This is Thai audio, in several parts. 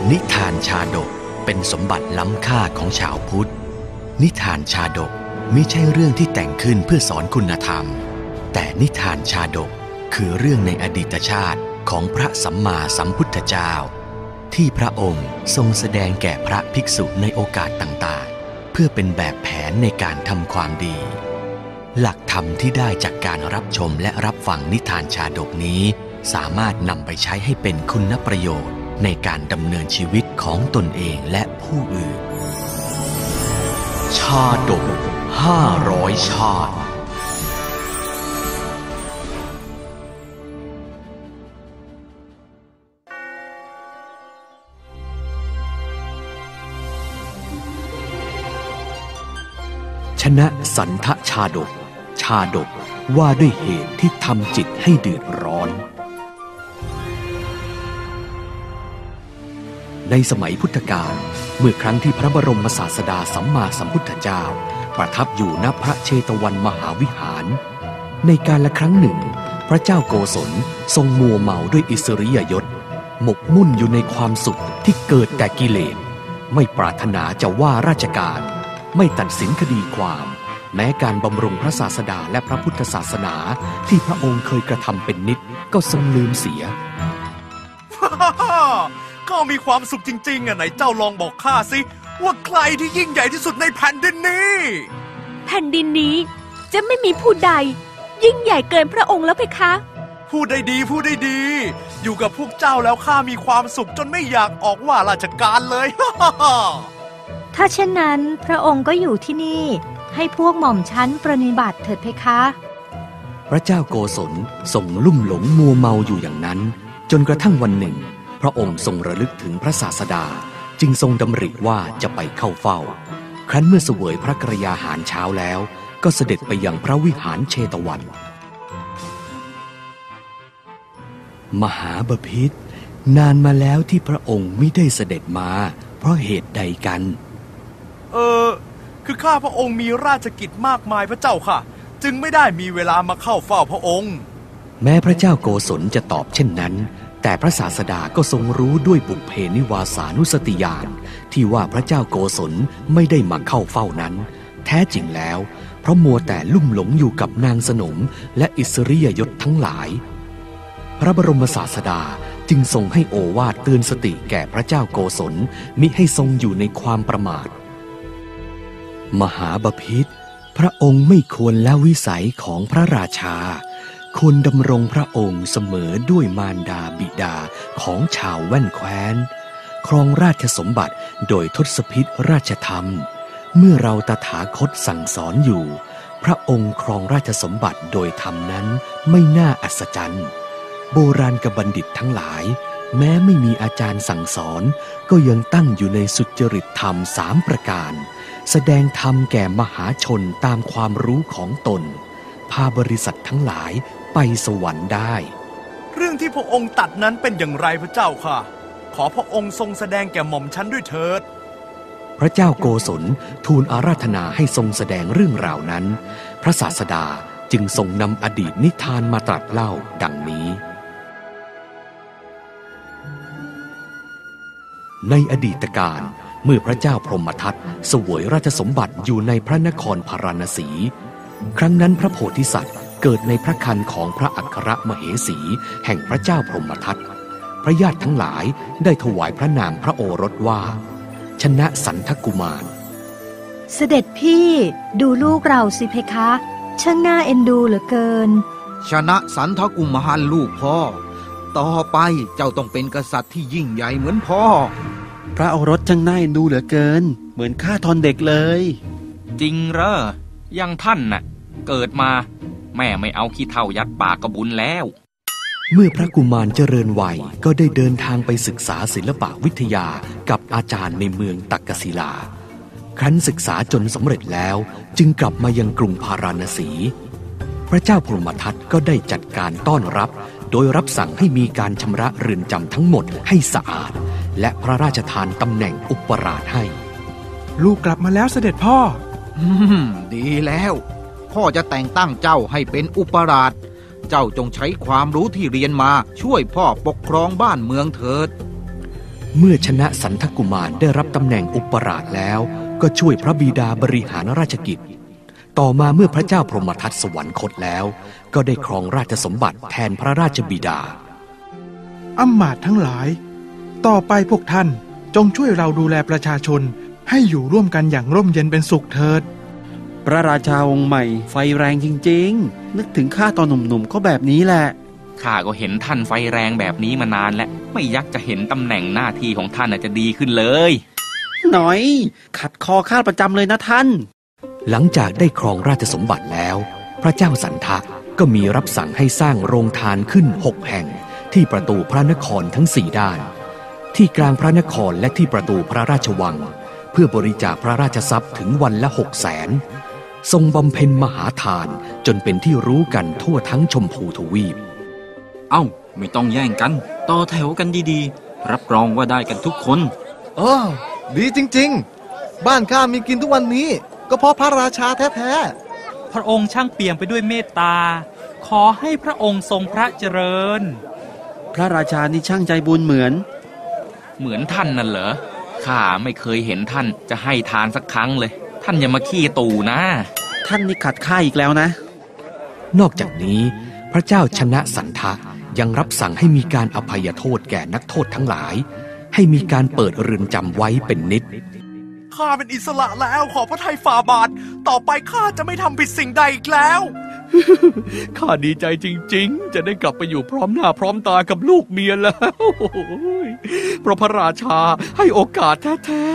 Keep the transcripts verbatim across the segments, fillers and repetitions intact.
นิทานชาดกเป็นสมบัติล้ำค่าของชาวพุทธนิทานชาดกมิใช่เรื่องที่แต่งขึ้นเพื่อสอนคุณธรรมแต่นิทานชาดกคือเรื่องในอดีตชาติของพระสัมมาสัมพุทธเจ้าที่พระองค์ทรงแสดงแก่พระภิกษุในโอกาสต่างๆเพื่อเป็นแบบแผนในการทำความดีหลักธรรมที่ได้จากการรับชมและรับฟังนิทานชาดกนี้สามารถนำไปใช้ให้เป็นคุณประโยชน์ในการดำเนินชีวิตของตนเองและผู้อื่นชาดกห้าร้อยชาติชนะสันทชาดกชาดกว่าด้วยเหตุที่ทำจิตให้เดือดร้อนในสมัยพุทธกาลเมื่อครั้งที่พระบรมศาสดาสัมมาสัมพุทธเจ้าประทับอยู่ณพระเชตวันมหาวิหารในกาลครั้งหนึ่งพระเจ้าโกศลทรงมัวเมาด้วยอิสริยยศหมกมุ่นอยู่ในความสุขที่เกิดแต่กิเลสไม่ปรารถนาจะว่าราชการไม่ตัดสินคดีความแม้การบำรุงพระศาสดาและพระพุทธศาสนาที่พระองค์เคยกระทำเป็นนิจก็ทรงลืมเสียก็มีความสุขจริงๆอ่ะไหนเจ้าลองบอกข้าสิว่าใครที่ยิ่งใหญ่ที่สุดในแผ่นดินนี้แผ่นดินนี้จะไม่มีผู้ใดยิ่งใหญ่เกินพระองค์แล้วเพคะพูดได้ดีพูดได้ดีอยู่กับพวกเจ้าแล้วข้ามีความสุขจนไม่อยากออกว่าราชการเลยถ้าเช่นนั้นพระองค์ก็อยู่ที่นี่ให้พวกหม่อมชั้นปรนนิบัติเถิดเพคะพระเจ้าโกศลทรงลุ่มหลงมัวเมาอยู่อย่างนั้นจนกระทั่งวันหนึ่งพระองค์ทรงระลึกถึงพระศาสดาจึงทรงดำริว่าจะไปเข้าเฝ้าครั้นเมื่อเสวยพระกรยาหารเช้าแล้วก็เสด็จไปยังพระวิหารเชตวันมหาบพิตรนานมาแล้วที่พระองค์ไม่ได้เสด็จมาเพราะเหตุใดกันเออคือข้าพระองค์มีราชกิจมากมายพระเจ้าค่ะจึงไม่ได้มีเวลามาเข้าเฝ้าพระองค์แม้พระเจ้าโกศลจะตอบเช่นนั้นแต่พระศาสดาก็ทรงรู้ด้วยบุพเพนิวาสานุสติญาณที่ว่าพระเจ้าโกศลไม่ได้มาเข้าเฝ้านั้นแท้จริงแล้วเพราะมัวแต่ลุ่มหลงอยู่กับนางสนมและอิสริยยศทั้งหลายพระบรมศาสดาจึงทรงให้โอวาทเตือนสติแก่พระเจ้าโกศลมิให้ทรงอยู่ในความประมาทมหาบพิตรพระองค์ไม่ควรละวิสัยของพระราชาควรดำรงพระองค์เสมอด้วยมารดาบิดาของชาวแว่นแคว้นครองราชสมบัติโดยทศพิธราชธรรมเมื่อเราตถาคตสั่งสอนอยู่พระองค์ครองราชสมบัติโดยธรรมนั้นไม่น่าอัศจรรย์โบราณกบัณฑิตทั้งหลายแม้ไม่มีอาจารย์สั่งสอนก็ยังตั้งอยู่ในสุจริตธรรมสามประการแสดงธรรมแก่มหาชนตามความรู้ของตนพาบริษัททั้งหลายไปสวรรค์ได้เรื่องที่พระองค์ตัดนั้นเป็นอย่างไรพระเจ้าค่ะขอพระองค์ทรงแสดงแก่หม่อมฉันด้วยเถิดพระเจ้าโกศลทูลอาราธนาให้ทรงแสดงเรื่องราวนั้นพระศาสดาจึงทรงนำอดีตนิทานมาตรัสเล่าดังนี้ในอดีตการเมื่อพระเจ้าพรหมทัตเสวยราชสมบัติอยู่ในพระนครพาราณสีครั้งนั้นพระโพธิสัตว์เกิดในพระครรภ์ของพระอัครมเหสีแห่งพระเจ้าพรหมทัตพระญาติทั้งหลายได้ถวายพระนามพระโอรสว่าชนะสันทกุมารเสด็จพี่ดูลูกเราสิเพคะช่างน่าเอ็นดูเหลือเกินชนะสันทกุมารลูกพ่อต่อไปเจ้าต้องเป็นกษัตริย์ที่ยิ่งใหญ่เหมือนพ่อพระโอรสช่างน่าเอ็นดูเหลือเกินเหมือนข้าทอนเด็กเลยจริงเหรอยังท่านน่ะเกิดมาแม่ไม่เอาขี้เถ้ายัดปากกระบุญแล้วเมื่อพระกุมารเจริญวัยก็ได้เดินทางไปศึกษาศิลปะวิทยากับอาจารย์ในเมืองตักกศิลาครั้นศึกษาจนสำเร็จแล้วจึงกลับมายังกรุงพาราณสีพระเจ้าพรหมทัตก็ได้จัดการต้อนรับโดยรับสั่งให้มีการชำระเรือนจำทั้งหมดให้สะอาดและพระราชทานตำแหน่งอุปราชให้ลูกกลับมาแล้วเสด็จพ่ออืมดีแล้วพ่อจะแต่งตั้งเจ้าให้เป็นอุปราชเจ้าจงใช้ความรู้ที่เรียนมาช่วยพ่อปกครองบ้านเมืองเถิดเมื่อชนะสันทกุมารได้รับตำแหน่งอุปราชแล้วก็ช่วยพระบิดาบริหารราชกิจต่อมาเมื่อพระเจ้าพรหมทัตสวรรคตแล้วก็ได้ครองราชสมบัติแทนพระราชบิดาอำมาตย์ทั้งหลายต่อไปพวกท่านจงช่วยเราดูแลประชาชนให้อยู่ร่วมกันอย่างร่มเย็นเป็นสุขเถิดพระราชาองค์ใหม่ไฟแรงจริงๆนึกถึงข้าตอนหนุ่มๆก็แบบนี้แหละข้าก็เห็นท่านไฟแรงแบบนี้มานานแล้วไม่ยักจะเห็นตำแหน่งหน้าที่ของท่านจะดีขึ้นเลยหน่อยขัดคอข้าประจำเลยนะท่านหลังจากได้ครองราชสมบัติแล้วพระเจ้าสันทะก็มีรับสั่งให้สร้างโรงทานขึ้นหกแห่งที่ประตูพระนครทั้งสี่ด้านที่กลางพระนครและที่ประตูพระราชวังเพื่อบริจาคพระราชทรัพย์ถึงวันละหกแสนทรงบำเพ็ญมหาทานจนเป็นที่รู้กันทั่วทั้งชมพูทวีปเอ้าไม่ต้องแย่งกันต่อแถวกันดีๆรับรองว่าได้กันทุกคนโอ้ดีจริงๆบ้านข้ามีกินทุกวันนี้ก็เพราะพระราชาแท้ๆพระองค์ช่างเปี่ยมไปด้วยเมตตาขอให้พระองค์ทรงพระเจริญพระราชานี่ช่างใจบุญเหมือนเหมือนท่านนั่นเหรอข้าไม่เคยเห็นท่านจะให้ทานสักครั้งเลยท่านอย่ามาขี้ตู่นะท่านนี่ขัดข้าอีกแล้วนะนอกจากนี้พระเจ้าชนะสันทะยังรับสั่งให้มีการอภัยโทษแก่นักโทษทั้งหลายให้มีการเปิดเรือนจำไว้เป็นนิดข้าเป็นอิสระแล้วขอพระทัยฝ่าบาทต่อไปข้าจะไม่ทำผิดสิ่งใดอีกแล้วข้าดีใจจริงๆจะได้กลับไปอยู่พร้อมหน้าพร้อมตากับลูกเมียแล้วเพราะพระราชาให้โอกาสแท้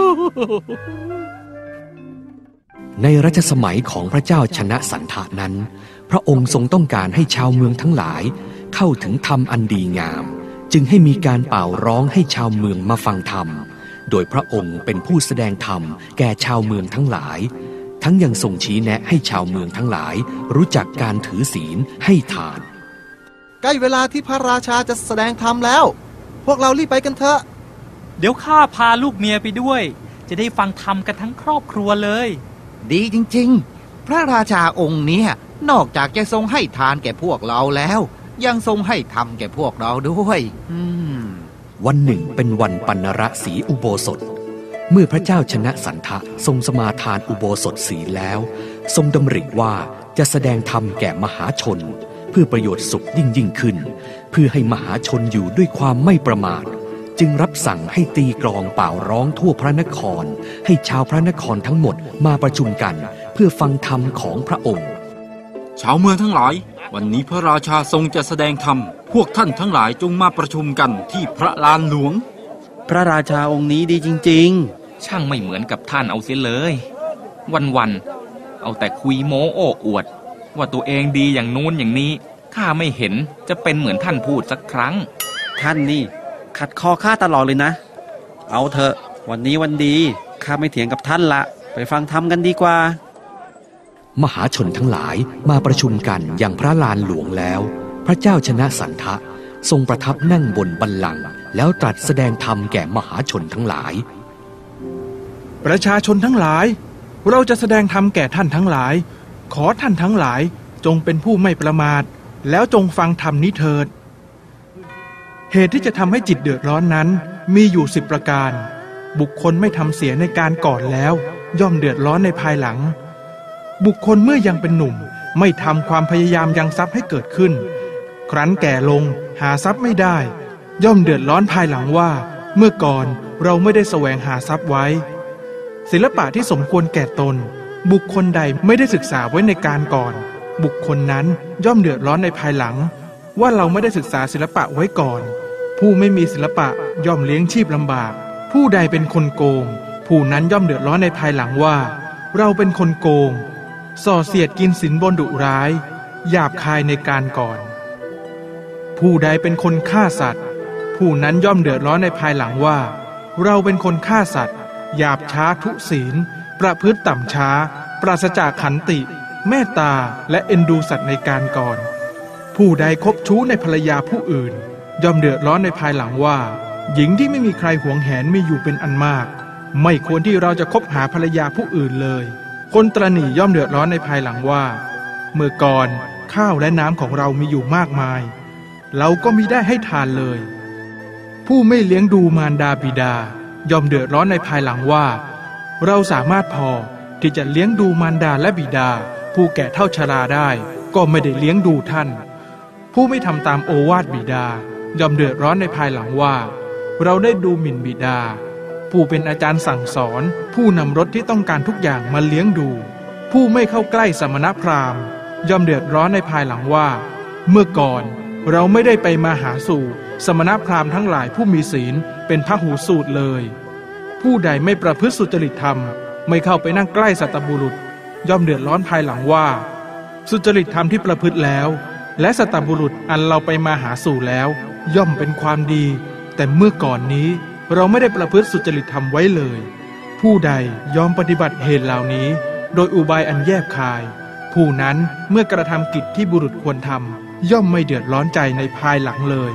ๆในรัชสมัยของพระเจ้าชนะสันทะนั้นพระองค์ทรงต้องการให้ชาวเมืองทั้งหลายเข้าถึงธรรมอันดีงามจึงให้มีการเป่าร้องให้ชาวเมืองมาฟังธรรมโดยพระองค์เป็นผู้แสดงธรรมแก่ชาวเมืองทั้งหลายทั้งยังทรงชี้แนะให้ชาวเมืองทั้งหลายรู้จักการถือศีลให้ทานใกล้เวลาที่พระราชาจะแสดงธรรมแล้วพวกเรารีบไปกันเถอะเดี๋ยวข้าพาลูกเมียไปด้วยจะได้ฟังธรรมกันทั้งครอบครัวเลยดีจริงๆพระราชาองค์นี้นอกจากจะทรงให้ทานแก่พวกเราแล้วยังทรงให้ธรรมแก่พวกเราด้วยวันหนึ่งเป็นวันปัณรสีอุโบสถเมื่อพระเจ้าชนะสันทะทรงสมาทานอุโบสถศีลแล้วทรงดำริว่าจะแสดงธรรมแก่มหาชนเพื่อประโยชน์สุขยิ่งยิ่งขึ้นเพื่อให้มหาชนอยู่ด้วยความไม่ประมาทจึงรับสั่งให้ตีกลองเป่าร้องทั่วพระนครให้ชาวพระนครทั้งหมดมาประชุมกันเพื่อฟังธรรมของพระองค์ชาวเมืองทั้งหลายวันนี้พระราชาทรงจะแสดงธรรมพวกท่านทั้งหลายจงมาประชุมกันที่พระลานหลวงพระราชาองค์นี้ดีจริงๆช่างไม่เหมือนกับท่านเอาเสียเลยวันๆเอาแต่คุยโม้โอ้อวดว่าตัวเองดีอย่างนู้นอย่างนี้ข้าไม่เห็นจะเป็นเหมือนท่านพูดสักครั้งท่านนี่ขัดคอข้าตลอดเลยนะเอาเถอะวันนี้วันดีข้าไม่เถียงกับท่านละไปฟังธรรมกันดีกว่ามหาชนทั้งหลายมาประชุมกันอย่างพระลานหลวงแล้วพระเจ้าชนะสันทะทรงประทับนั่งบนบัลลังก์แล้วตรัสแสดงธรรมแก่มหาชนทั้งหลายประชาชนทั้งหลายเราจะแสดงธรรมแก่ท่านทั้งหลายขอท่านทั้งหลายจงเป็นผู้ไม่ประมาทแล้วจงฟังธรรมนี้เถิดเหตุที่จะทำให้จิตเดือดร้อนนั้นมีอยู่สิบประการบุคคลไม่ทำเสียในการก่อนแล้วย่อมเดือดร้อนในภายหลังบุคคลเมื่อยังเป็นหนุ่มไม่ทำความพยายามยังทรัพย์ให้เกิดขึ้นครั้นแก่ลงหาทรัพย์ไม่ได้ย่อมเดือดร้อนภายหลังว่าเมื่อก่อนเราไม่ได้แสวงหาทรัพย์ไว้ศิลปะที่สมควรแก่ตนบุคคลใดไม่ได้ศึกษาไว้ในการก่อนบุคคลนั้นย่อมเดือดร้อนในภายหลังว่าเราไม่ได้ศึกษาศิลปะไว้ก่อนผู้ไม่มีศิลปะย่อมเลี้ยงชีพลำบากผู้ใดเป็นคนโกงผู้นั้นย่อมเดือดร้อนในภายหลังว่าเราเป็นคนโกงส่อเสียดกินสินบนดุร้ายหยาบคายในการก่อนผู้ใดเป็นคนฆ่าสัตว์ผู้นั้นย่อมเดือดร้อนในภายหลังว่าเราเป็นคนฆ่าสัตว์หยาบช้าทุศีลประพฤติต่ำช้าปราศจากขันติเมตตาและเอ็นดูสัตว์ในการก่อนผู้ใดคบชู้ในภรรยาผู้อื่นย่อมเดือดร้อนในภายหลังว่าหญิงที่ไม่มีใครหวงแหนมีอยู่เป็นอันมากไม่ควรที่เราจะคบหาภรรยาผู้อื่นเลยคนตระหนี่ย่อมเดือดร้อนในภายหลังว่าเมื่อก่อนข้าวและน้ำของเรามีอยู่มากมายเราก็มิได้ให้ทานเลยผู้ไม่เลี้ยงดูมารดาบิดาย่อมเดือดร้อนในภายหลังว่า เราสามารถพอที่จะเลี้ยงดูมารดาและบิดาผู้แก่เฒ่าชราได้ก็ไม่ได้เลี้ยงดูท่านผู้ไม่ทำตามโอวาทบิดาย่อมเดือดร้อนในภายหลังว่าเราได้ดูหมิ่นบิดาผู้เป็นอาจารย์สั่งสอนผู้นำรถที่ต้องการทุกอย่างมาเลี้ยงดูผู้ไม่เข้าใกล้สมณพราหมณ์ย่อมเดือดร้อนในภายหลังว่าเมื่อก่อนเราไม่ได้ไปมาหาสู่สมณพราหมณ์ทั้งหลายผู้มีศีลเป็นพหูสูตรเลยผู้ใดไม่ประพฤติสุจริตธรรมไม่เข้าไปนั่งใกล้สัตบุรุษย่อมเดือดร้อนภายหลังว่าสุจริตธรรมที่ประพฤติแล้วและสัตบุรุษอันเราไปมาหาสู่แล้วย่อมเป็นความดีแต่เมื่อก่อนนี้เราไม่ได้ประพฤติสุจริตธรรมไว้เลยผู้ใดยอมปฏิบัติเหตุเหล่านี้โดยอุบายอันแยบคายผู้นั้นเมื่อกระทำกิจที่บุรุษควรทำย่อมไม่เดือดร้อนใจในภายหลังเลย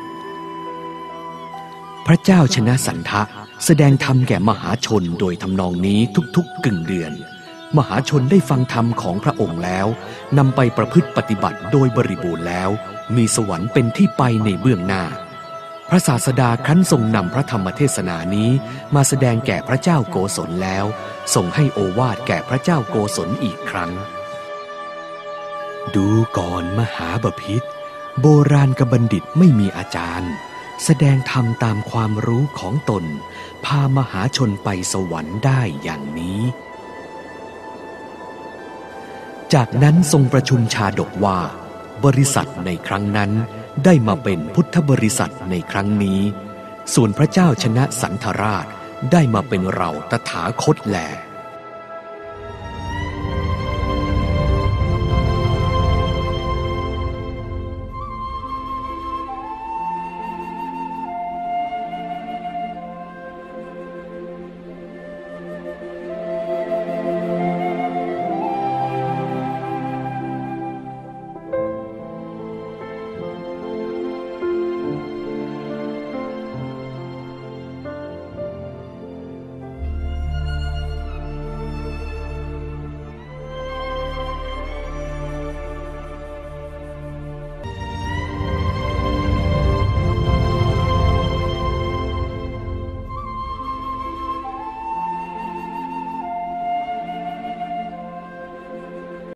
พระเจ้าชนะสันทะแสดงธรรมแก่มหาชนโดยทำนองนี้ทุกๆกึ่งเดือนมหาชนได้ฟังธรรมของพระองค์แล้วนำไปประพฤติปฏิบัติโดยบริบูรณ์แล้วมีสวรรค์เป็นที่ไปในเบื้องหน้าพระศาสดาครั้นทรงนำพระธรรมเทศนานี้มาแสดงแก่พระเจ้าโกศลแล้วทรงให้โอวาทแก่พระเจ้าโกศลอีกครั้งดูก่อนมหาบพิตรโบราณกบัณฑิตไม่มีอาจารย์แสดงธรรมตามความรู้ของตนพามหาชนไปสวรรค์ได้อย่างนี้จากนั้นทรงประชุมชาดกว่าบริษัทในครั้งนั้นได้มาเป็นพุทธบริษัทในครั้งนี้ส่วนพระเจ้าชนะสันทราชได้มาเป็นเราตถาคตแล